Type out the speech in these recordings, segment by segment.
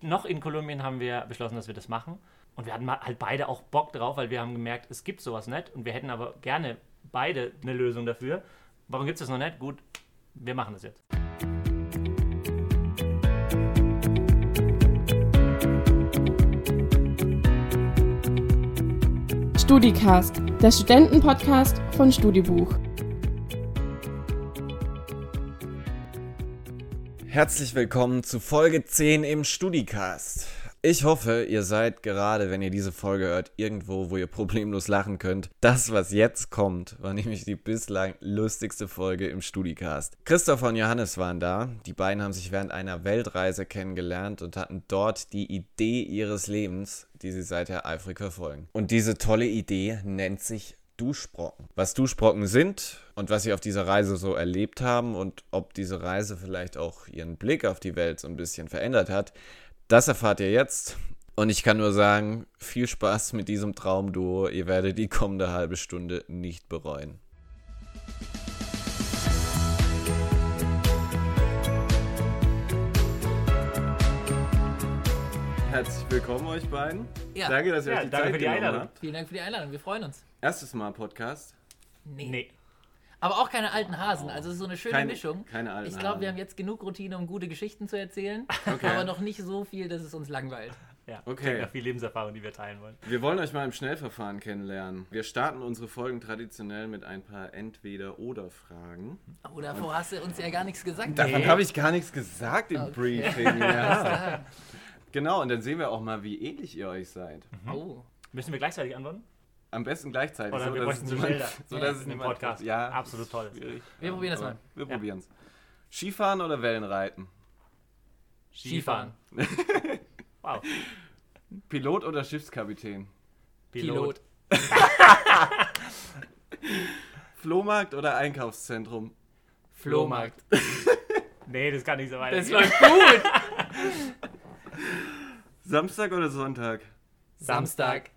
noch in Kolumbien haben wir beschlossen, dass wir das machen. Und wir hatten halt beide auch Bock drauf, weil wir haben gemerkt, es gibt sowas nicht. Und wir hätten aber gerne beide eine Lösung dafür. Warum gibt es das noch nicht? Gut, wir machen das jetzt. StudiCast, der Studentenpodcast von Studibuch. Herzlich willkommen zu Folge 10 im StudiCast. Ich hoffe, ihr seid gerade, wenn ihr diese Folge hört, irgendwo, wo ihr problemlos lachen könnt. Das, was jetzt kommt, war nämlich die bislang lustigste Folge im StudiCast. Christopher und Johannes waren da. Die beiden haben sich während einer Weltreise kennengelernt und hatten dort die Idee ihres Lebens, die sie seither eifrig verfolgen. Und diese tolle Idee nennt sich Duschbrocken. Was Duschbrocken sind und was sie auf dieser Reise so erlebt haben und ob diese Reise vielleicht auch ihren Blick auf die Welt so ein bisschen verändert hat, das erfahrt ihr jetzt. Und ich kann nur sagen, viel Spaß mit diesem Traumduo. Ihr werdet die kommende halbe Stunde nicht bereuen. Herzlich willkommen euch beiden. Ja. Danke, dass ihr euch die danke Zeit für die genommen Einladung. habt. Vielen Dank für die Einladung, wir freuen uns. Erstes Mal Podcast. Nee. Aber auch keine alten Hasen, also es ist so eine schöne Mischung. Keine alten Ich glaube, wir Hasen. haben jetzt genug Routine, um gute Geschichten zu erzählen, Okay. aber noch nicht so viel, dass es uns langweilt. Ja, Okay. klingt nach viel Lebenserfahrung, die wir teilen wollen. Wir wollen euch mal im Schnellverfahren kennenlernen. Wir starten unsere Folgen traditionell mit ein paar Entweder-Oder-Fragen. Oh, davor hast du uns ja gar nichts gesagt. Davon habe ich gar nichts gesagt im Okay. Briefing. Ja. Genau, und dann sehen wir auch mal, wie ähnlich ihr euch seid. Oh, Müssen wir gleichzeitig antworten? Am besten gleichzeitig. Oder wir dass bräuchten es so niemand- Schilder. so, Ja, dass es in dem niemand- Podcast. Ja, Absolut toll. schwierig. Wir probieren das Aber mal. Wir Ja. probieren es. Skifahren oder Wellenreiten? Skifahren. Wow. Pilot oder Schiffskapitän? Pilot. Flohmarkt oder Einkaufszentrum? Flohmarkt. Nee, das kann nicht so weitergehen. Das läuft gut. Samstag oder Sonntag? Samstag.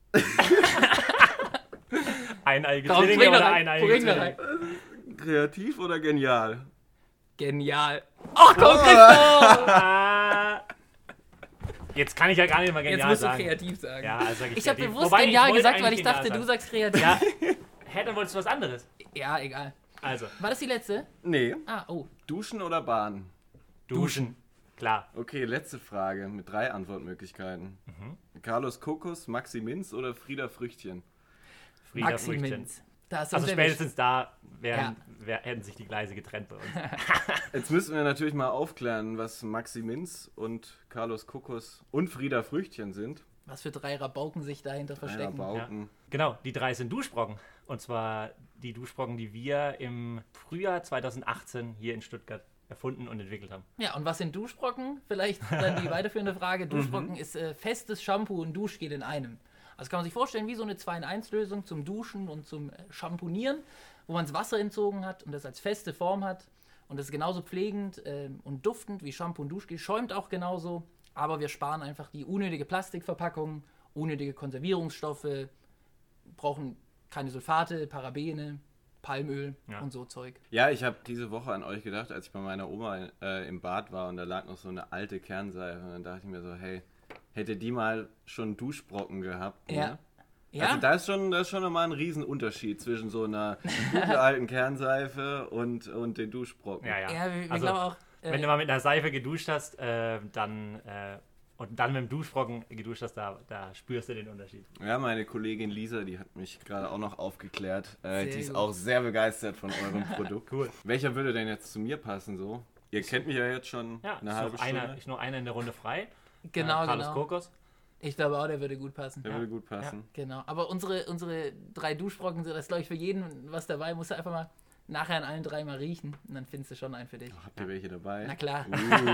Eineige Komm, Zwillinge bring da oder rein. eineige Bring da Zwillinge? rein. Kreativ oder genial? Genial. Ach komm, Christoph! Ah. Jetzt kann ich ja gar nicht mal Jetzt genial musst du sagen. kreativ sagen. Ja, also sag Ich habe kreativ. bewusst Wobei, genial wollte gesagt, weil eigentlich ich dachte, genial du sagen. sagst kreativ. Ja, hä, dann wolltest du was anderes. Ja, egal. Also, War das die letzte? Nee. Ah, oh. Duschen oder Bahn? duschen. Klar. Okay, letzte Frage mit 3 Antwortmöglichkeiten. Carlos Kokos, Maxi Minz oder Frieda Früchtchen? Frieda Maxi Früchtchen. Minz. Da ist Also uns spätestens da hätten sich die Gleise getrennt bei uns. Jetzt müssen wir natürlich mal aufklären, was Maxi Minz und Carlos Kokos und Frieda Früchtchen sind. Was für 3 Rabauken sich dahinter verstecken. Bauken. Genau, die 3 sind Duschbrocken. Und zwar die Duschbrocken, die wir im Frühjahr 2018 hier in Stuttgart erfunden und entwickelt haben. Ja, und was sind Duschbrocken? Vielleicht dann die weiterführende Frage. Duschbrocken ist festes Shampoo und Duschgel in einem. Also kann man sich vorstellen, wie so eine 2-in-1-Lösung zum Duschen und zum Shampoonieren, wo man das Wasser entzogen hat und das als feste Form hat. Und das ist genauso pflegend und duftend wie Shampoo und Duschgel, schäumt auch genauso. Aber wir sparen einfach die unnötige Plastikverpackung, unnötige Konservierungsstoffe, brauchen keine Sulfate, Parabene, Palmöl und so Zeug. Ja, ich habe diese Woche an euch gedacht, als ich bei meiner Oma im Bad war und da lag noch so eine alte Kernseife. Und dann dachte ich mir so, hey, hätte die mal schon Duschbrocken gehabt. Ja. Ne? Ja, Also da ist schon nochmal ein Riesenunterschied zwischen so einer guten alten Kernseife und den Duschbrocken. Ja, ja. ja wir Also, glauben auch. wenn du mal mit einer Seife geduscht hast, und dann mit dem Duschbrocken geduscht hast, da spürst du den Unterschied. Ja, meine Kollegin Lisa, die hat mich gerade auch noch aufgeklärt. Die ist gut. auch sehr begeistert von eurem Produkt. Cool. Welcher würde denn jetzt zu mir passen so? Ihr kennt mich ja jetzt schon Ja, eine ist halbe Stunde. ist noch einer in der Runde frei. Genau, Carlos genau. Kokos. Ich glaube auch, der würde gut passen. Der würde gut passen. Genau. Aber unsere 3 Duschbrocken, das ist, glaube ich, für jeden was dabei. Musst du einfach mal nachher an allen 3 mal riechen und dann findest du schon einen für dich. Habt ihr welche dabei? Na klar.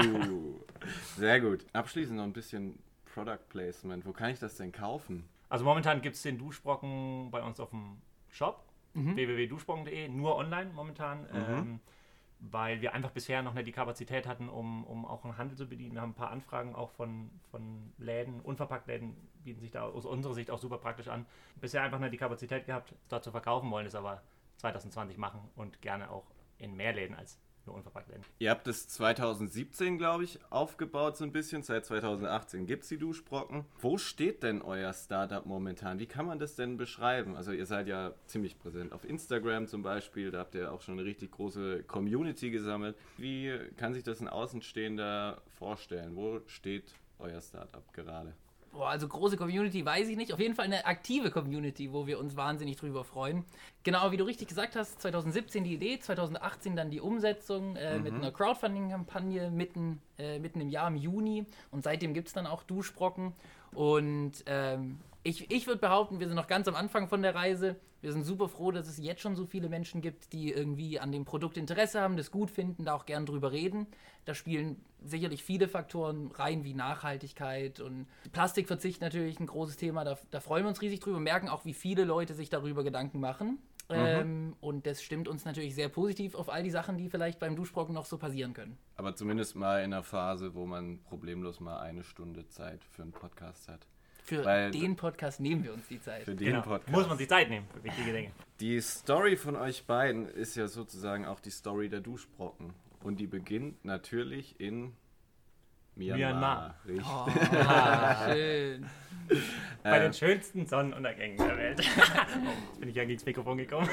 Sehr gut. Abschließend noch ein bisschen Product Placement. Wo kann ich das denn kaufen? Also momentan gibt es den Duschbrocken bei uns auf dem Shop, www.duschbrocken.de, nur online momentan. Weil wir einfach bisher noch nicht die Kapazität hatten, um auch einen Handel zu bedienen. Wir haben ein paar Anfragen auch von Läden, Unverpacktläden bieten sich da aus unserer Sicht auch super praktisch an. Bisher einfach nicht die Kapazität gehabt, da zu verkaufen, wollen es aber 2020 machen und gerne auch in mehr Läden als unverpackt werden. Ihr habt es 2017, glaube ich, aufgebaut so ein bisschen. Seit 2018 gibt es die Duschbrocken. Wo steht denn euer Startup momentan? Wie kann man das denn beschreiben? Also ihr seid ja ziemlich präsent auf Instagram zum Beispiel. Da habt ihr auch schon eine richtig große Community gesammelt. Wie kann sich das ein Außenstehender vorstellen? Wo steht euer Startup gerade? Boah, also große Community weiß ich nicht. Auf jeden Fall eine aktive Community, wo wir uns wahnsinnig drüber freuen. Genau, wie du richtig gesagt hast, 2017 die Idee, 2018 dann die Umsetzung mit einer Crowdfunding-Kampagne mitten im Jahr, im Juni. Und seitdem gibt es dann auch Duschbrocken. Und ich würde behaupten, wir sind noch ganz am Anfang von der Reise. Wir sind super froh, dass es jetzt schon so viele Menschen gibt, die irgendwie an dem Produkt Interesse haben, das gut finden, da auch gern drüber reden. Da spielen sicherlich viele Faktoren rein, wie Nachhaltigkeit und Plastikverzicht natürlich ein großes Thema. Da freuen wir uns riesig drüber, merken auch, wie viele Leute sich darüber Gedanken machen. Und das stimmt uns natürlich sehr positiv auf all die Sachen, die vielleicht beim Duschbrocken noch so passieren können. Aber zumindest mal in einer Phase, wo man problemlos mal 1 Stunde Zeit für einen Podcast hat. Für den Podcast nehmen wir uns die Zeit. Für den Podcast. Muss man sich Zeit nehmen für wichtige Dinge. Die Story von euch beiden ist ja sozusagen auch die Story der Duschbrocken. Und die beginnt natürlich in Myanmar. Richtig. Oh, schön. Bei den schönsten Sonnenuntergängen der Welt. Jetzt bin ich ja gegen das Mikrofon gekommen.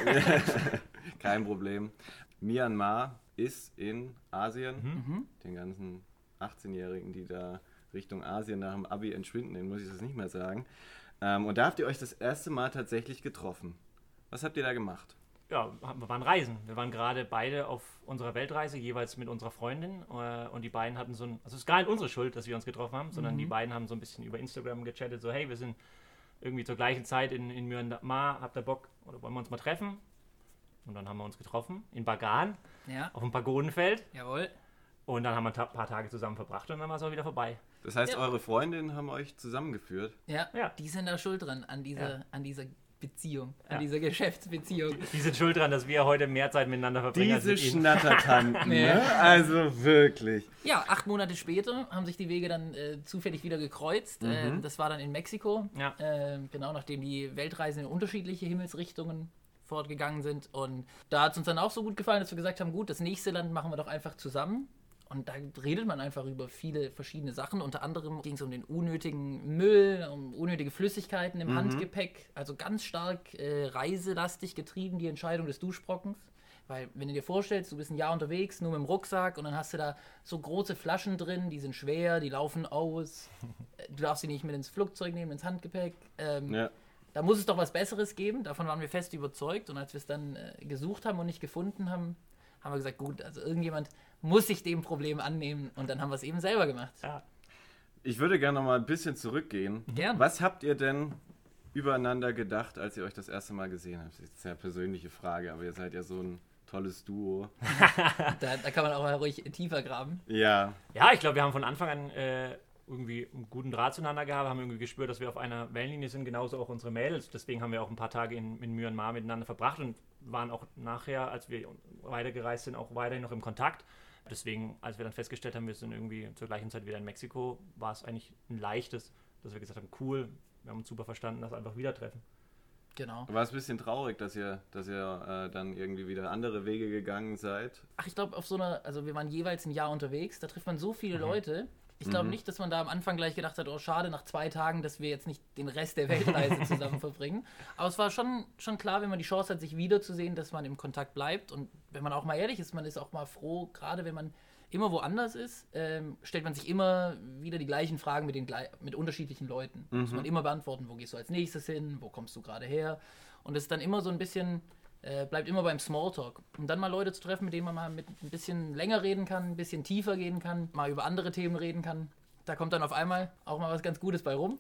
Kein Problem. Myanmar ist in Asien. Den ganzen 18-Jährigen, die da Richtung Asien nach dem Abi entschwinden, denen muss ich das nicht mehr sagen. Und da habt ihr euch das erste Mal tatsächlich getroffen. Was habt ihr da gemacht? Ja, wir waren reisen. Wir waren gerade beide auf unserer Weltreise, jeweils mit unserer Freundin. Und die beiden hatten also es ist gar nicht unsere Schuld, dass wir uns getroffen haben, sondern die beiden haben so ein bisschen über Instagram gechattet, so hey, wir sind irgendwie zur gleichen Zeit in Myanmar, habt ihr Bock oder wollen wir uns mal treffen? Und dann haben wir uns getroffen in Bagan, auf dem Pagodenfeld. Jawohl. Und dann haben wir ein paar Tage zusammen verbracht und dann war es auch wieder vorbei. Das heißt, eure Freundinnen haben euch zusammengeführt? Ja, die sind da schuld dran an dieser Beziehung, an dieser Geschäftsbeziehung. Die sind schuld dran, dass wir heute mehr Zeit miteinander verbringen Diese Schnattertanten, ne? Also wirklich. Ja, 8 Monate später haben sich die Wege dann zufällig wieder gekreuzt. Das war dann in Mexiko, genau nachdem die Weltreisen in unterschiedliche Himmelsrichtungen fortgegangen sind. Und da hat es uns dann auch so gut gefallen, dass wir gesagt haben, gut, das nächste Land machen wir doch einfach zusammen. Und da redet man einfach über viele verschiedene Sachen. Unter anderem ging es um den unnötigen Müll, um unnötige Flüssigkeiten im Handgepäck. Also ganz stark reiselastig getrieben, die Entscheidung des Duschbrockens. Weil, wenn du dir vorstellst, du bist ein Jahr unterwegs, nur mit dem Rucksack und dann hast du da so große Flaschen drin, die sind schwer, die laufen aus. Du darfst sie nicht mit ins Flugzeug nehmen, ins Handgepäck. Da muss es doch was Besseres geben. Davon waren wir fest überzeugt. Und als wir es dann gesucht haben und nicht gefunden haben, haben wir gesagt, gut, also irgendjemand muss sich dem Problem annehmen und dann haben wir es eben selber gemacht. Ja. Ich würde gerne noch mal ein bisschen zurückgehen. Gern. Was habt ihr denn übereinander gedacht, als ihr euch das erste Mal gesehen habt? Das ist eine sehr persönliche Frage, aber ihr seid ja so ein tolles Duo. Da kann man auch mal ruhig tiefer graben. Ja. Ja, ich glaube, wir haben von Anfang an irgendwie einen guten Draht zueinander gehabt, haben irgendwie gespürt, dass wir auf einer Wellenlinie sind, genauso auch unsere Mädels. Deswegen haben wir auch ein paar Tage in Myanmar miteinander verbracht und waren auch nachher, als wir weitergereist sind, auch weiterhin noch im Kontakt. Deswegen, als wir dann festgestellt haben, wir sind irgendwie zur gleichen Zeit wieder in Mexiko, war es eigentlich ein leichtes, dass wir gesagt haben, cool, wir haben uns super verstanden, dass wir einfach wieder treffen. Genau. War es ein bisschen traurig, dass ihr dann irgendwie wieder andere Wege gegangen seid? Ach, ich glaube, also wir waren jeweils ein Jahr unterwegs, da trifft man so viele Leute. Ich glaube nicht, dass man da am Anfang gleich gedacht hat, oh schade, nach 2 Tagen, dass wir jetzt nicht den Rest der Weltreise zusammen verbringen. Aber es war schon klar, wenn man die Chance hat, sich wiederzusehen, dass man im Kontakt bleibt. Und wenn man auch mal ehrlich ist, man ist auch mal froh, gerade wenn man immer woanders ist, stellt man sich immer wieder die gleichen Fragen mit unterschiedlichen Leuten. Muss man immer beantworten, wo gehst du als nächstes hin, wo kommst du gerade her? Und es ist dann immer so ein bisschen, bleibt immer beim Smalltalk. Und dann mal Leute zu treffen, mit denen man mal ein bisschen länger reden kann, ein bisschen tiefer gehen kann, mal über andere Themen reden kann. Da kommt dann auf einmal auch mal was ganz Gutes bei rum.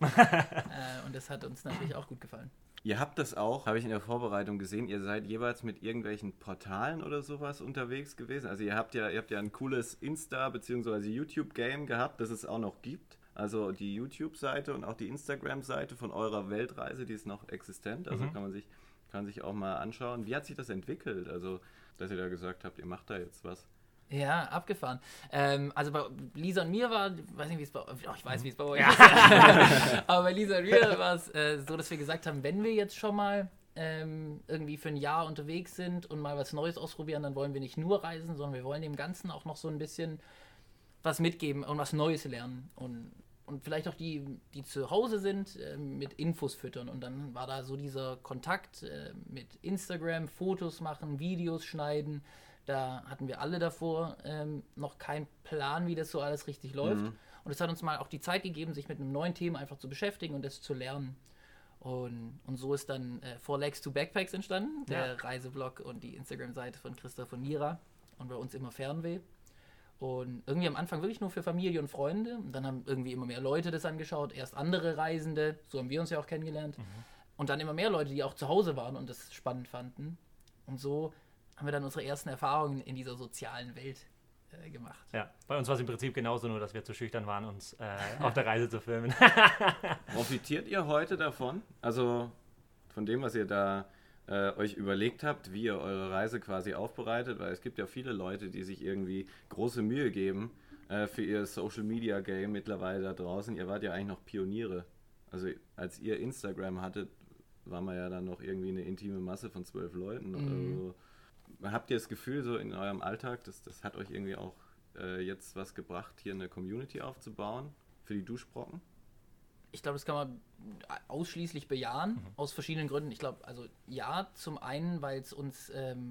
Und das hat uns natürlich auch gut gefallen. Ihr habt das auch, habe ich in der Vorbereitung gesehen, ihr seid jeweils mit irgendwelchen Portalen oder sowas unterwegs gewesen. Also ihr habt ja ein cooles Insta- bzw. YouTube-Game gehabt, das es auch noch gibt. Also die YouTube-Seite und auch die Instagram-Seite von eurer Weltreise, die ist noch existent. Also kann sich auch mal anschauen. Wie hat sich das entwickelt? Also, dass ihr da gesagt habt, ihr macht da jetzt was. Ja, abgefahren. Also bei Lisa und mir war, weiß nicht, wie es bei euch, ich weiß, wie es bei euch ist. Aber bei Lisa und mir war es so, dass wir gesagt haben, wenn wir jetzt schon mal irgendwie für ein Jahr unterwegs sind und mal was Neues ausprobieren, dann wollen wir nicht nur reisen, sondern wir wollen dem Ganzen auch noch so ein bisschen was mitgeben und was Neues lernen. Und vielleicht auch die zu Hause sind, mit Infos füttern. Und dann war da so dieser Kontakt mit Instagram, Fotos machen, Videos schneiden. Da hatten wir alle davor noch keinen Plan, wie das so alles richtig läuft. Und es hat uns mal auch die Zeit gegeben, sich mit einem neuen Thema einfach zu beschäftigen und das zu lernen. Und so ist dann Four Legs to Backpacks entstanden, der Reiseblog und die Instagram-Seite von Christoph und Mira und bei uns immer Fernweh. Und irgendwie am Anfang wirklich nur für Familie und Freunde. Und dann haben irgendwie immer mehr Leute das angeschaut. Erst andere Reisende, so haben wir uns ja auch kennengelernt. Und dann immer mehr Leute, die auch zu Hause waren und das spannend fanden. Und so haben wir dann unsere ersten Erfahrungen in dieser sozialen Welt gemacht. Ja, bei uns war es im Prinzip genauso, nur dass wir zu schüchtern waren, uns auf der Reise zu filmen. Profitiert ihr heute davon? Also von dem, was ihr da euch überlegt habt, wie ihr eure Reise quasi aufbereitet, weil es gibt ja viele Leute, die sich irgendwie große Mühe geben für ihr Social-Media-Game mittlerweile da draußen. Ihr wart ja eigentlich noch Pioniere. Also als ihr Instagram hattet, war man ja dann noch irgendwie eine intime Masse von 12 Leuten oder so. Habt ihr das Gefühl, so in eurem Alltag, das hat euch irgendwie auch jetzt was gebracht, hier eine Community aufzubauen für die Duschbrocken? Ich glaube, das kann man ausschließlich bejahen, aus verschiedenen Gründen. Ich glaube, also ja, zum einen, weil es uns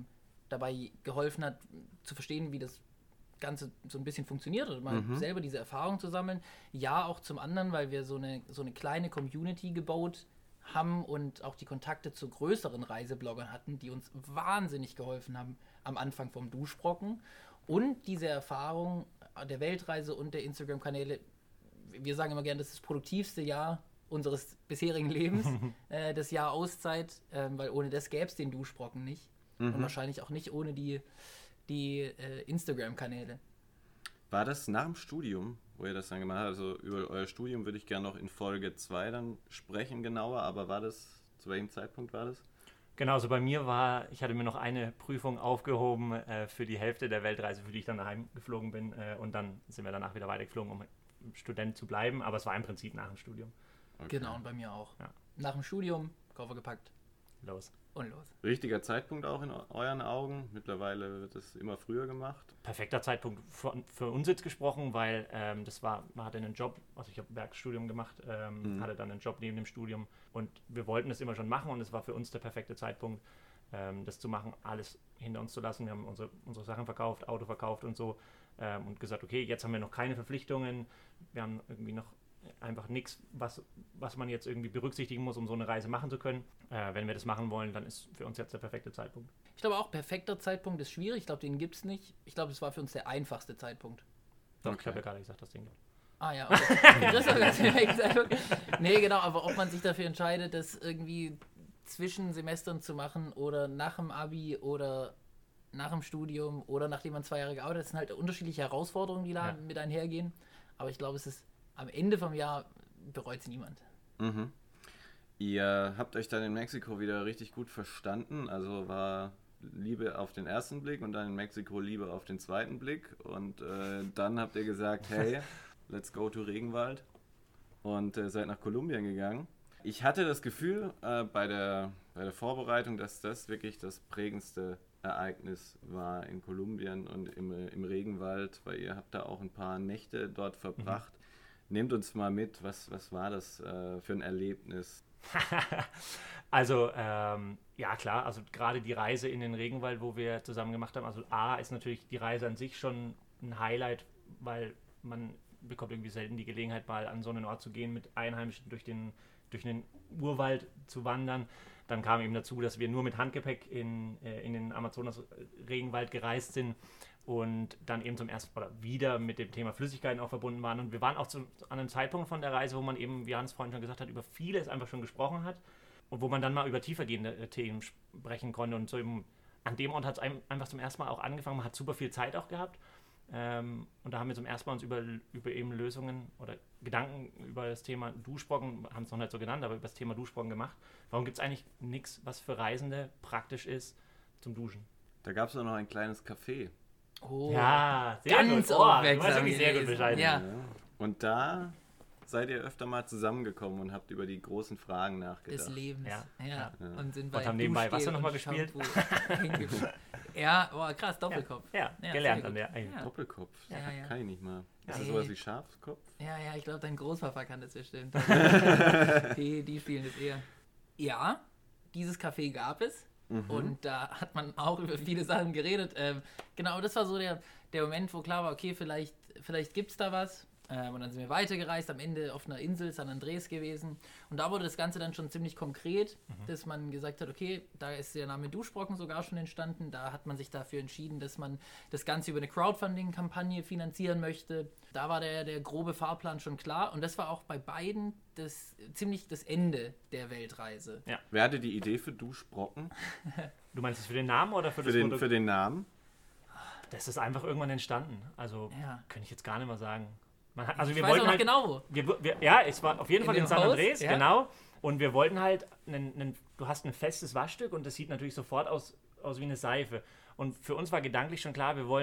dabei geholfen hat, zu verstehen, wie das Ganze so ein bisschen funktioniert oder mal selber diese Erfahrung zu sammeln. Ja, auch zum anderen, weil wir so eine kleine Community gebaut haben und auch die Kontakte zu größeren Reisebloggern hatten, die uns wahnsinnig geholfen haben am Anfang vom Duschbrocken. Und diese Erfahrung der Weltreise und der Instagram-Kanäle, wir sagen immer gerne, das ist das produktivste Jahr unseres bisherigen Lebens, das Jahr Auszeit, weil ohne das gäbe es den Duschbrocken nicht. Und wahrscheinlich auch nicht ohne die Instagram-Kanäle. War das nach dem Studium, wo ihr das dann gemacht habt? Also über euer Studium würde ich gerne noch in Folge 2 dann sprechen genauer, aber zu welchem Zeitpunkt war das? Genau, also bei mir ich hatte mir noch eine Prüfung aufgehoben für die Hälfte der Weltreise, für die ich dann daheim geflogen bin und dann sind wir danach wieder weitergeflogen, um Student zu bleiben, aber es war im Prinzip nach dem Studium. Okay. Genau, und bei mir auch. Ja. Nach dem Studium, Koffer gepackt. Los. Und los. Richtiger Zeitpunkt auch in euren Augen? Mittlerweile wird es immer früher gemacht. Perfekter Zeitpunkt für uns jetzt gesprochen, weil man hatte einen Job, also ich habe Werkstudium gemacht, hatte dann einen Job neben dem Studium und wir wollten das immer schon machen und es war für uns der perfekte Zeitpunkt, das zu machen, alles hinter uns zu lassen. Wir haben unsere Sachen verkauft, Auto verkauft und so und gesagt, okay, jetzt haben wir noch keine Verpflichtungen, wir haben irgendwie noch einfach nichts, was man jetzt irgendwie berücksichtigen muss, um so eine Reise machen zu können. Wenn wir das machen wollen, dann ist für uns jetzt der perfekte Zeitpunkt. Ich glaube auch, perfekter Zeitpunkt ist schwierig. Ich glaube, den gibt es nicht. Ich glaube, es war für uns der einfachste Zeitpunkt. Doch, Okay. ich habe ja gerade gesagt, das Ding gibt. Ah ja, okay. Christoph hat den perfekten Zeitpunkt. Nee, genau, aber ob man sich dafür entscheidet, das irgendwie zwischen Semestern zu machen oder nach dem Abi oder nach dem Studium oder nachdem man 2 Jahre gearbeitet hat, das sind halt unterschiedliche Herausforderungen, die da mit einhergehen. Aber ich glaube, es ist am Ende vom Jahr bereut es niemand. Ihr habt euch dann in Mexiko wieder richtig gut verstanden, also war Liebe auf den ersten Blick und dann in Mexiko Liebe auf den zweiten Blick und dann habt ihr gesagt, hey, let's go to Regenwald und seid nach Kolumbien gegangen. Ich hatte das Gefühl bei der Vorbereitung, dass das wirklich das prägendste Ereignis war in Kolumbien und im Regenwald, weil ihr habt da auch ein paar Nächte dort verbracht. Nehmt uns mal mit, was war das für ein Erlebnis? Also, ja klar, also gerade die Reise in den Regenwald, wo wir zusammen gemacht haben, also A ist natürlich die Reise an sich schon ein Highlight, weil man bekommt irgendwie selten die Gelegenheit, mal an so einen Ort zu gehen, mit Einheimischen durch den Urwald zu wandern. Dann kam eben dazu, dass wir nur mit Handgepäck in den Amazonas-Regenwald gereist sind und dann eben zum ersten Mal wieder mit dem Thema Flüssigkeiten auch verbunden waren. Und wir waren auch an einem Zeitpunkt von der Reise, wo man eben, wie Hans vorhin schon gesagt hat, über vieles einfach schon gesprochen hat und wo man dann mal über tiefergehende Themen sprechen konnte. Und so eben an dem Ort hat es einfach zum ersten Mal auch angefangen. Man hat super viel Zeit auch gehabt. Und da haben wir zum ersten Mal uns über eben Lösungen oder Gedanken über das Thema Duschbrocken, haben es noch nicht so genannt, aber über das Thema Duschbrocken gemacht. Warum gibt es eigentlich nichts, was für Reisende praktisch ist zum Duschen? Da gab es auch noch ein kleines Café. Oh, Ja, sehr ganz gut. Du weißt aufmerksam wirklich sehr gut gewesen. Bescheid. Ja. Und da seid ihr öfter mal zusammengekommen und habt über die großen Fragen nachgedacht. Des Lebens. Ja. Und sind Und haben nebenbei Duschgel Wasser noch mal und gespielt. Shampoo hingekommen. Ja, boah, krass, Doppelkopf. Ja, Ja, gelernt sehr an der. gut. Ey, Ja. Doppelkopf, Ja, ja. kann ich nicht mal. Ist das Nee. sowas wie Schafskopf? Ja, ich glaube, dein Großpapa kann das bestimmt. die spielen das eher. Ja, dieses Café gab es. Und da hat man auch über viele Sachen geredet. Genau, das war so der Moment, wo klar war, okay, vielleicht gibt es da was. Und dann sind wir weitergereist, am Ende auf einer Insel, San Andres gewesen. Und da wurde das Ganze dann schon ziemlich konkret, dass man gesagt hat, okay, da ist der Name Duschbrocken sogar schon entstanden. Da hat man sich dafür entschieden, dass man das Ganze über eine Crowdfunding-Kampagne finanzieren möchte. Da war der grobe Fahrplan schon klar. Und das war auch bei beiden ziemlich das Ende der Weltreise. Ja. Wer hatte die Idee für Duschbrocken? Du meinst es für den Namen oder für das Für Produkt? den Namen? Das ist einfach irgendwann entstanden. Also, Ja. kann ich jetzt gar nicht mehr sagen. Also Ich wir weiß wollten auch noch halt, genau wo. ja, es war auf jeden In Fall in dem San Haus, Andres, ja. genau. Und wir wollten halt, du hast ein festes Waschstück und das sieht natürlich sofort aus wie eine Seife. Und für uns war gedanklich schon klar, wir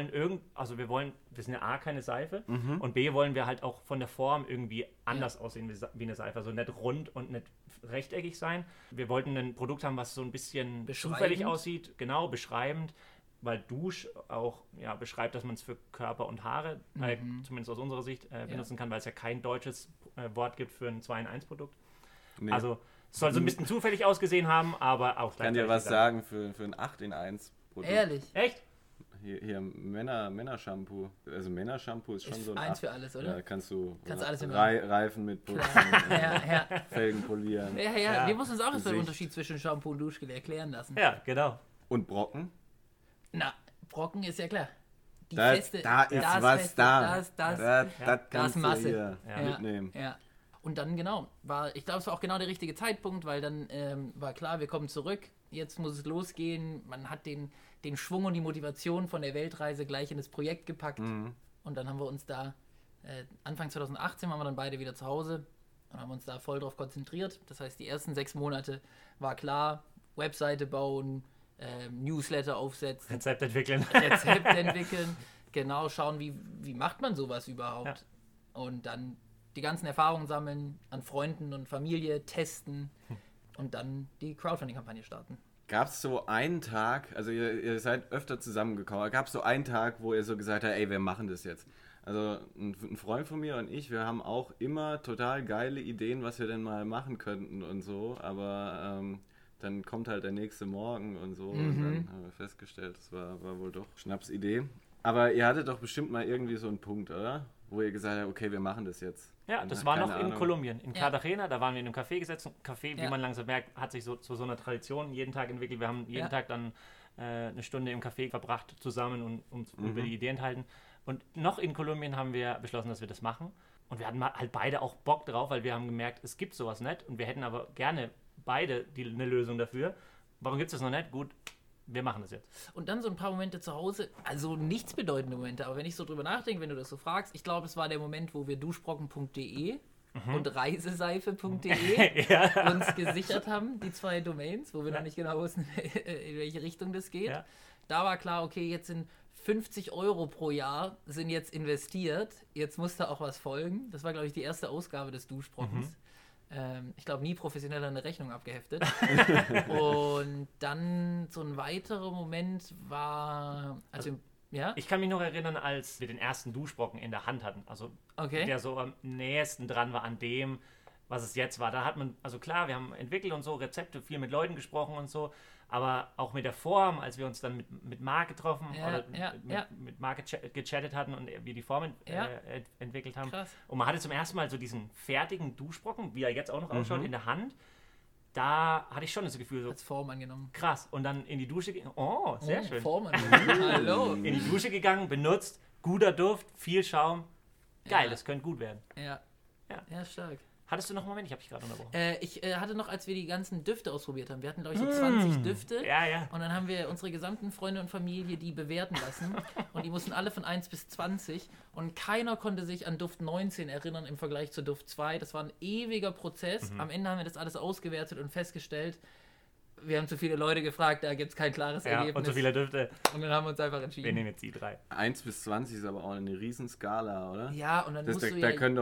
sind ja A, keine Seife und B, wollen wir halt auch von der Form irgendwie anders aussehen wie eine Seife. Also nicht rund und nicht rechteckig sein. Wir wollten ein Produkt haben, was so ein bisschen Beschreibend. zufällig aussieht, genau, beschreibend. Weil Dusch auch beschreibt, dass man es für Körper und Haare, zumindest aus unserer Sicht, benutzen kann, weil es ja kein deutsches Wort gibt für ein 2-in-1-Produkt. Nee. Also es soll so ein bisschen zufällig ausgesehen haben, aber auch Ich kann dir was sagen für ein 8-in-1-Produkt. Ehrlich. Echt? Hier Männer-Shampoo. Also Männer-Shampoo ist schon Ist so ein eins 8. für alles, oder? Ja, kannst du alles mitmachen. Reifen mit putzen, Ja. Felgen polieren. Ja. Wir mussten uns auch erst den Gesicht. Unterschied zwischen Shampoo und Duschgel erklären lassen. Ja, genau. Und Brocken? Na, Brocken ist ja klar. Die Da Feste, ist das was Feste, da. Das Das kannst du Masse. hier Ja. mitnehmen. Ja. Und dann ich glaube, es war auch genau der richtige Zeitpunkt, weil dann war klar, wir kommen zurück, jetzt muss es losgehen. Man hat den Schwung und die Motivation von der Weltreise gleich in das Projekt gepackt. Und dann haben wir uns da, Anfang 2018 waren wir dann beide wieder zu Hause und haben uns da voll drauf konzentriert. Das heißt, die ersten 6 Monate war klar, Webseite bauen, Newsletter aufsetzen, Rezept entwickeln. Rezept entwickeln, genau schauen, wie macht man sowas überhaupt. Und dann die ganzen Erfahrungen sammeln, an Freunden und Familie testen und dann die Crowdfunding-Kampagne starten. Gab es so einen Tag, also ihr seid öfter zusammengekommen, gab es so einen Tag, wo ihr so gesagt habt, ey, wir machen das jetzt? Also ein Freund von mir und ich, wir haben auch immer total geile Ideen, was wir denn mal machen könnten und so, aber dann kommt halt der nächste Morgen und so und dann haben wir festgestellt, das war wohl doch Schnapsidee. Aber ihr hattet doch bestimmt mal irgendwie so einen Punkt, oder? Wo ihr gesagt habt, okay, wir machen das jetzt. Ja, Und das hat war keine noch in Ahnung. Kolumbien, in Ja. Cartagena, da waren wir in einem Café gesessen. Café, wie Ja. man langsam merkt, hat sich so zu so einer Tradition jeden Tag entwickelt. Wir haben jeden Ja. Tag dann eine Stunde im Café verbracht zusammen und uns über die Ideen enthalten. Und noch in Kolumbien haben wir beschlossen, dass wir das machen. Und wir hatten halt beide auch Bock drauf, weil wir haben gemerkt, es gibt sowas nicht. Und wir hätten aber gerne beide eine Lösung dafür. Warum gibt es das noch nicht? Gut, wir machen das jetzt. Und dann so ein paar Momente zu Hause, also nichtsbedeutende Momente, aber wenn ich so drüber nachdenke, wenn du das so fragst, ich glaube, es war der Moment, wo wir duschbrocken.de und reiseseife.de uns gesichert haben, die 2 Domains, wo wir noch nicht genau wussten, in welche Richtung das geht. Ja. Da war klar, okay, jetzt sind 50 € pro Jahr sind jetzt investiert, jetzt muss da auch was folgen. Das war, glaube ich, die erste Ausgabe des Duschbrockens. Ich glaube, nie professioneller eine Rechnung abgeheftet. Und dann so ein weiterer Moment war, ja, Ich kann mich noch erinnern, als wir den ersten Duschbrocken in der Hand hatten. Also okay. der so am nächsten dran war an dem, was es jetzt war. Da hat man, also klar, wir haben entwickelt und so, Rezepte, viel mit Leuten gesprochen und so, aber auch mit der Form, als wir uns dann mit Marc getroffen oder mit Marc gechattet hatten und wir die Form entwickelt haben. Krass. Und man hatte zum ersten Mal so diesen fertigen Duschbrocken, wie er jetzt auch noch ausschaut, in der Hand. Da hatte ich schon das Gefühl, so Als Form angenommen. krass. Und dann in die Dusche gegangen. Oh, sehr schön. Form angenommen. Hallo. In die Dusche gegangen, benutzt, guter Duft, viel Schaum. Geil, Ja. das könnte gut werden. Ja. Ja. Ja, stark. Hattest du noch einen Moment? Ich habe dich gerade unterbrochen. Ich hatte noch, als wir die ganzen Düfte ausprobiert haben, wir hatten, glaube ich, so 20 Düfte. Ja. Und dann haben wir unsere gesamten Freunde und Familie die bewerten lassen. Und die mussten alle von 1 bis 20. Und keiner konnte sich an Duft 19 erinnern im Vergleich zu Duft 2. Das war ein ewiger Prozess. Am Ende haben wir das alles ausgewertet und festgestellt, wir haben zu viele Leute gefragt, da gibt es kein klares Ja, Ergebnis. und so viele Düfte. Und dann haben wir uns einfach Wir entschieden. nehmen jetzt die 3. 1 bis 20 ist aber auch eine Riesenskala, oder? Ja, und dann musst du Da ja... können doch,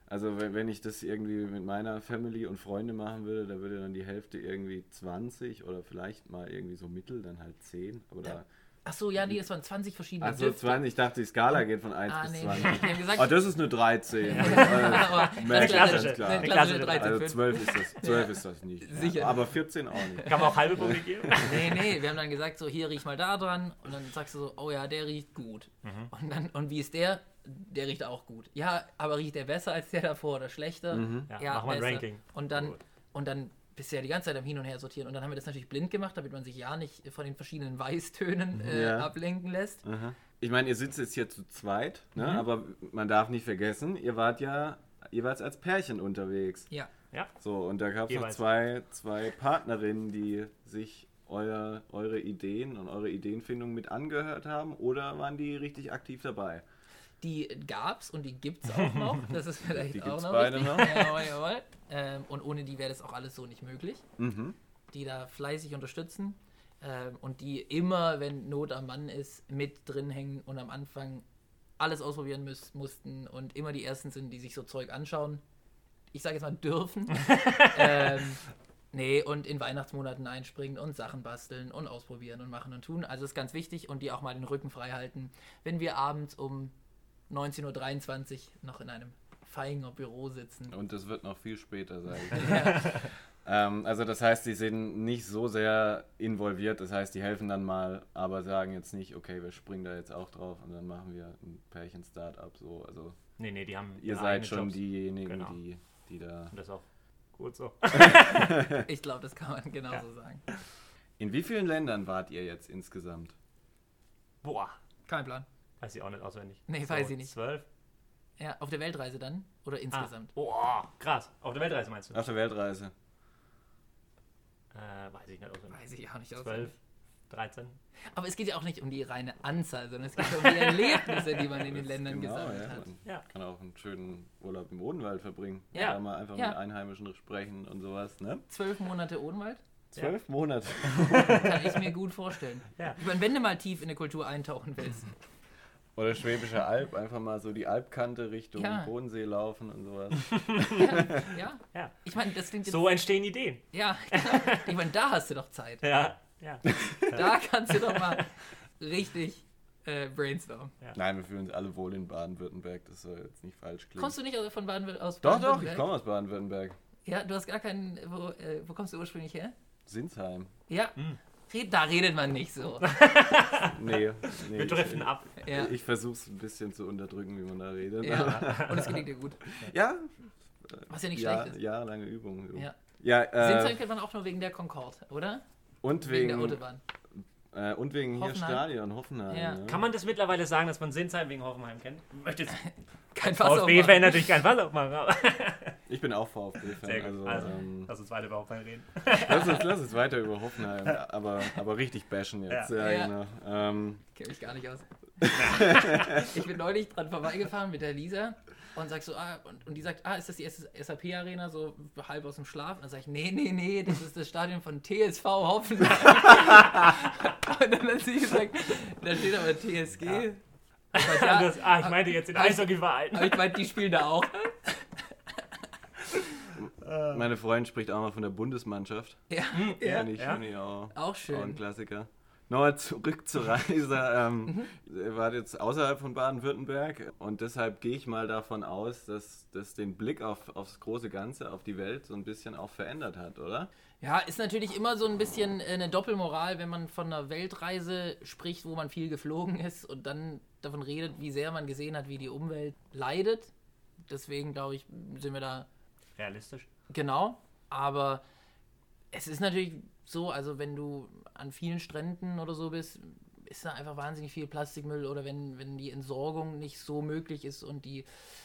Also wenn ich das irgendwie mit meiner Family und Freunde machen würde, da würde dann die Hälfte irgendwie 20 oder vielleicht mal irgendwie so mittel, dann halt 10. Oder Achso, ja, nee, das waren 20 verschiedene also Düfte. 20, ich dachte, die Skala geht von 1 bis nee, 20. nee. Die haben gesagt, Oh, das ist eine 13. aber Merk ich klassische, ganz klar. eine klassische klassische 13. Also 12 ist das. 12 ist das nicht. Sicher. Aber 14 auch nicht. Kann man auch halbe Punkte geben? Nee, wir haben dann gesagt, so, hier riech mal da dran. Und dann sagst du so, oh ja, der riecht gut. Und wie ist der? Der riecht auch gut. Ja, aber riecht der besser als der davor oder schlechter? Ja, mach mal ein besser. Ranking. Und dann bist du ja die ganze Zeit am Hin und Her sortieren. Und dann haben wir das natürlich blind gemacht, damit man sich ja nicht von den verschiedenen Weißtönen ablenken lässt. Aha. Ich meine, ihr sitzt jetzt hier zu zweit, ne? Aber man darf nicht vergessen, ihr wart ja jeweils als Pärchen unterwegs. Ja. Ja. So, und da gab es noch Jeweils. zwei Partnerinnen, die sich eure Ideen und eure Ideenfindung mit angehört haben, oder waren die richtig aktiv dabei? Die gab's und die gibt's auch noch. Das ist vielleicht Die auch gibt's noch beide wichtig. noch. Jawohl. Und ohne die wäre das auch alles so nicht möglich. Mhm. Die da fleißig unterstützen und die immer, wenn Not am Mann ist, mit drin hängen und am Anfang alles ausprobieren mussten und immer die Ersten sind, die sich so Zeug anschauen. Ich sage jetzt mal dürfen. Nee, und in Weihnachtsmonaten einspringen und Sachen basteln und ausprobieren und machen und tun. Also ist ganz wichtig und die auch mal den Rücken frei halten, wenn wir abends um 19.23 Uhr noch in einem Feinger Büro sitzen. Und das wird noch viel später sein. Also das heißt, die sind nicht so sehr involviert, das heißt, die helfen dann mal, aber sagen jetzt nicht, okay, wir springen da jetzt auch drauf und dann machen wir ein Pärchen-Startup. So. Also Nee, die haben ihr ihre seid eigenen schon Jobs. diejenigen, Genau. die da... Und das ist auch gut so. Ich glaube, das kann man genauso sagen. In wie vielen Ländern wart ihr jetzt insgesamt? Boah, Kein Plan. weiß ich auch nicht auswendig. Nee, weiß ich nicht. 12? Ja, auf der Weltreise dann? Oder insgesamt? Boah, krass. Auf der Weltreise meinst du? Auf der Weltreise. Weiß ich nicht auswendig. Weiß ich auch nicht 12, 13? Aber es geht ja auch nicht um die reine Anzahl, sondern es geht ja um die Erlebnisse, die man in den Ländern gesammelt hat. Man Ja. kann auch einen schönen Urlaub im Odenwald verbringen. Ja. Da mal einfach Ja. mit Einheimischen sprechen und sowas, ne? 12 Monate Odenwald? 12 Monate. Kann ich mir gut vorstellen. Ja. Ich meine, wenn du mal tief in eine Kultur eintauchen willst. Oder Schwäbische Alb, einfach mal so die Alpkante Richtung Ja. Bodensee laufen und sowas. Ja. Ja. Ich meine, das klingt jetzt... So entstehen Ideen. Ja, ich meine, da hast du doch Zeit. Ja. Da kannst du doch mal richtig brainstormen. Nein, wir fühlen uns alle wohl in Baden-Württemberg, das soll jetzt nicht falsch klingen. Kommst du nicht von aus Doch, Baden-Württemberg? ich komme aus Baden-Württemberg. Ja, du hast gar keinen... Wo kommst du ursprünglich her? Sinsheim. Ja, da redet man nicht so. Nee, Wir driften ab. Ja. Ich versuche es ein bisschen zu unterdrücken, wie man da redet. Ja. Und es gelingt dir gut. Ja, Was ja nicht schlecht ist. jahrelange Übung. Ja. Ja, Sinsheim kennt man auch nur wegen der Concorde, oder? und Wegen wegen, der Autobahn. und wegen hier Hoffenheim. Stadion, Hoffenheim. Ja. Ne? Kann man das mittlerweile sagen, dass man Sinsheim wegen Hoffenheim kennt? Möchte jetzt Kein Fass VfB-Fan aufmachen. natürlich kein Fass aufmachen. Aber Ich bin auch VfB-Fan. sehr gut. Also, Lass uns weiter über Hoffenheim reden. lass uns weiter über Hoffenheim, aber richtig bashen jetzt. Ja. Ja. Genau. Kenn mich gar nicht aus. Ich bin neulich dran vorbeigefahren mit der Lisa und sag so, und die sagt, ist das die SAP-Arena, so halb aus dem Schlaf? Und dann sag ich, nee, das ist das Stadion von TSV Hoffenheim. Und dann hat sie gesagt, da steht aber TSG. Ich meinte, Ich meinte jetzt den Eishockeyverein. aber ich meinte, die spielen da auch. Meine Freundin spricht auch mal von der Bundesmannschaft. Ja, Finde ich auch auch schön. ein Klassiker. Nochmal zurück zur Reise. Ihr wart jetzt außerhalb von Baden-Württemberg und deshalb gehe ich mal davon aus, dass das den Blick aufs große Ganze, auf die Welt so ein bisschen auch verändert hat, oder? Ja, ist natürlich immer so ein bisschen eine Doppelmoral, wenn man von einer Weltreise spricht, wo man viel geflogen ist und dann davon redet, wie sehr man gesehen hat, wie die Umwelt leidet. Deswegen, glaube ich, sind wir da Realistisch. genau. Aber es ist natürlich so, also wenn du an vielen Stränden oder so bist, ist da einfach wahnsinnig viel Plastikmüll oder wenn die Entsorgung nicht so möglich ist und die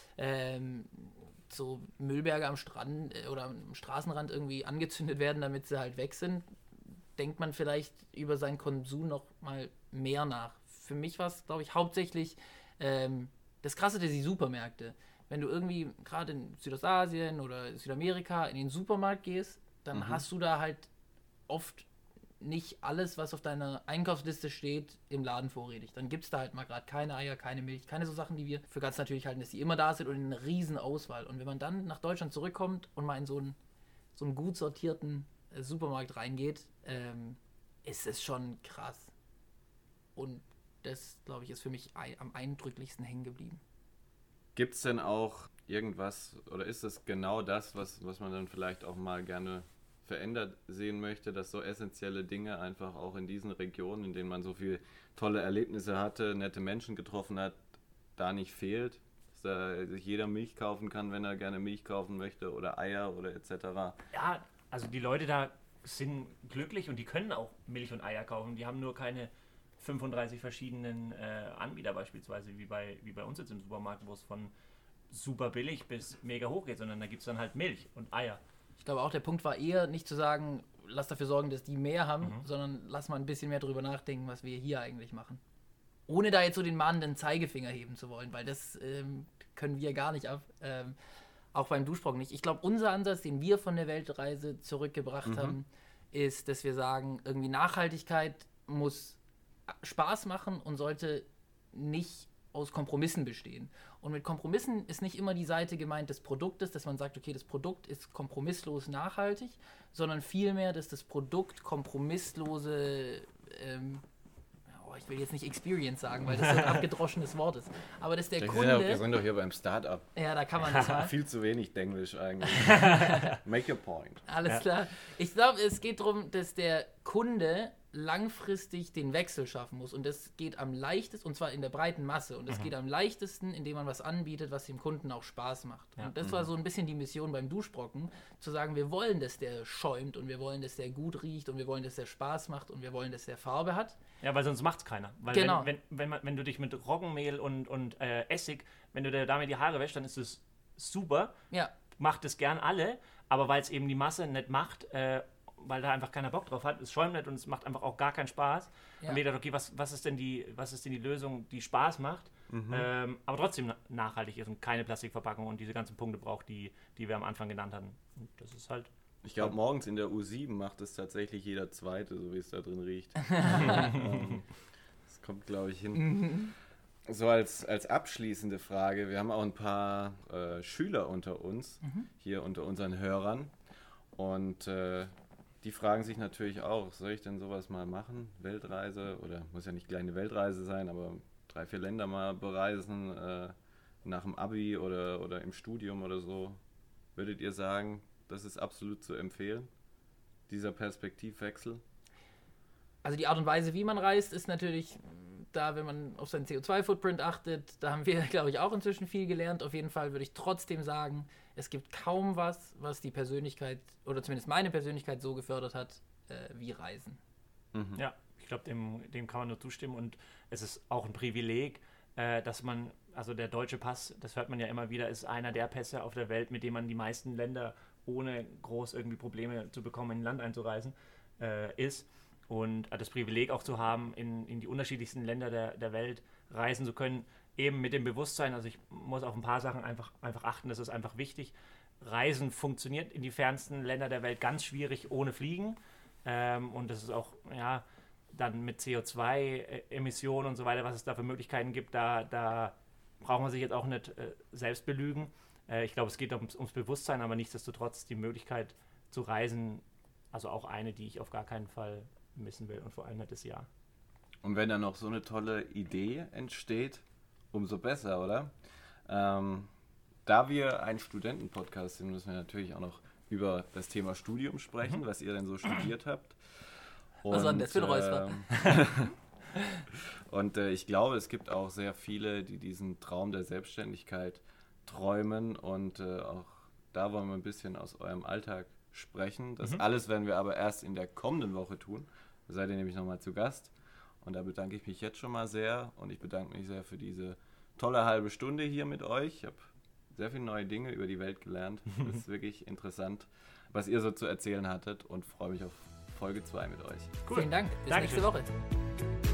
so Müllberge am Strand oder am Straßenrand irgendwie angezündet werden, damit sie halt weg sind, denkt man vielleicht über seinen Konsum noch mal mehr nach. Für mich war es, glaube ich, hauptsächlich das Krasse, die Supermärkte. Wenn du irgendwie gerade in Südostasien oder Südamerika in den Supermarkt gehst, dann hast du da halt oft nicht alles, was auf deiner Einkaufsliste steht, im Laden vorrätig. Dann gibt es da halt mal gerade keine Eier, keine Milch, keine so Sachen, die wir für ganz natürlich halten, dass die immer da sind und eine riesen Auswahl. Und wenn man dann nach Deutschland zurückkommt und mal in so einen gut sortierten Supermarkt reingeht, ist es schon krass. Und das, glaube ich, ist für mich am eindrücklichsten hängen geblieben. Gibt es denn auch irgendwas, oder ist es genau das, was man dann vielleicht auch mal gerne verändert sehen möchte, dass so essentielle Dinge einfach auch in diesen Regionen, in denen man so viele tolle Erlebnisse hatte, nette Menschen getroffen hat, da nicht fehlt? Dass da sich jeder Milch kaufen kann, wenn er gerne Milch kaufen möchte oder Eier oder etc. Ja, also die Leute da sind glücklich und die können auch Milch und Eier kaufen. Die haben nur keine 35 verschiedenen Anbieter beispielsweise, wie bei uns jetzt im Supermarkt, wo es von super billig bis mega hoch geht, sondern da gibt es dann halt Milch und Eier. Ich glaube auch, der Punkt war eher nicht zu sagen, lass dafür sorgen, dass die mehr haben, sondern lass mal ein bisschen mehr drüber nachdenken, was wir hier eigentlich machen. Ohne da jetzt so den mahnenden Zeigefinger heben zu wollen, weil das können wir gar nicht ab. Auch beim Duschbrocken nicht. Ich glaube, unser Ansatz, den wir von der Weltreise zurückgebracht haben, ist, dass wir sagen, irgendwie Nachhaltigkeit muss Spaß machen und sollte nicht aus Kompromissen bestehen. Und mit Kompromissen ist nicht immer die Seite gemeint des Produktes, dass man sagt, okay, das Produkt ist kompromisslos nachhaltig, sondern vielmehr, dass das Produkt kompromisslose, ich will jetzt nicht Experience sagen, weil das so ein abgedroschenes Wort ist, aber dass der Kunde... Wir sind doch hier beim Start-up. Ja, da kann man das mal. Viel zu wenig Denglisch eigentlich. Make your point. Alles klar. Ich glaube, es geht darum, dass der Kunde langfristig den Wechsel schaffen muss. Und das geht am leichtesten, und zwar in der breiten Masse. Und das geht am leichtesten, indem man was anbietet, was dem Kunden auch Spaß macht. Ja. Und das war so ein bisschen die Mission beim Duschbrocken, zu sagen, wir wollen, dass der schäumt und wir wollen, dass der gut riecht und wir wollen, dass der Spaß macht und wir wollen, dass der Farbe hat. Ja, weil sonst macht es keiner. Weil genau. wenn du dich mit Roggenmehl und Essig, wenn du dir damit die Haare wäschst, dann ist es super. Ja. Macht es gern alle, aber weil es eben die Masse nicht macht, weil da einfach keiner Bock drauf hat, es schäumt nicht und es macht einfach auch gar keinen Spaß. Ja. Haben wir gedacht, okay, was ist denn die Lösung, die Spaß macht, aber trotzdem nachhaltig ist und keine Plastikverpackung und diese ganzen Punkte braucht, die wir am Anfang genannt hatten. Und das ist halt... Ich glaube, morgens in der U7 macht es tatsächlich jeder Zweite, so wie es da drin riecht. Das kommt, glaube ich, hin. So als abschließende Frage, wir haben auch ein paar Schüler unter uns, hier unter unseren Hörern. Und die fragen sich natürlich auch, soll ich denn sowas mal machen? Weltreise, oder muss ja nicht gleich eine Weltreise sein, aber 3-4 Länder mal bereisen, nach dem Abi oder im Studium oder so. Würdet ihr sagen, das ist absolut zu empfehlen, dieser Perspektivwechsel? Also die Art und Weise, wie man reist, ist natürlich da, wenn man auf seinen CO2-Footprint achtet, da haben wir, glaube ich, auch inzwischen viel gelernt. Auf jeden Fall würde ich trotzdem sagen, es gibt kaum was die Persönlichkeit, oder zumindest meine Persönlichkeit so gefördert hat, wie Reisen. Ja, ich glaube, dem kann man nur zustimmen und es ist auch ein Privileg, dass man, also der deutsche Pass, das hört man ja immer wieder, ist einer der Pässe auf der Welt, mit dem man die meisten Länder ohne groß irgendwie Probleme zu bekommen, in ein Land einzureisen, ist. Und das Privileg auch zu haben, in die unterschiedlichsten Länder der Welt reisen zu können, eben mit dem Bewusstsein, also ich muss auf ein paar Sachen einfach achten, das ist einfach wichtig. Reisen funktioniert in die fernsten Länder der Welt ganz schwierig ohne Fliegen. Und das ist auch, ja, dann mit CO2-Emissionen und so weiter, was es da für Möglichkeiten gibt, da braucht man sich jetzt auch nicht selbst belügen. Ich glaube, es geht ums Bewusstsein, aber nichtsdestotrotz die Möglichkeit zu reisen, also auch eine, die ich auf gar keinen Fall missen will und vor allem nicht das Jahr. Und wenn da noch so eine tolle Idee entsteht, umso besser, oder? Da wir ein Studentenpodcast sind, müssen wir natürlich auch noch über das Thema Studium sprechen, was ihr denn so studiert habt. Was war denn das für ein Räusper? Und ich glaube, es gibt auch sehr viele, die diesen Traum der Selbstständigkeit träumen und auch da wollen wir ein bisschen aus eurem Alltag sprechen. Das alles werden wir aber erst in der kommenden Woche tun. Da seid ihr nämlich nochmal zu Gast. Und da bedanke ich mich jetzt schon mal sehr und ich bedanke mich sehr für diese tolle halbe Stunde hier mit euch. Ich habe sehr viele neue Dinge über die Welt gelernt. Das ist wirklich interessant, was ihr so zu erzählen hattet und freue mich auf Folge 2 mit euch. Cool. Vielen Dank. Bis nächste Woche.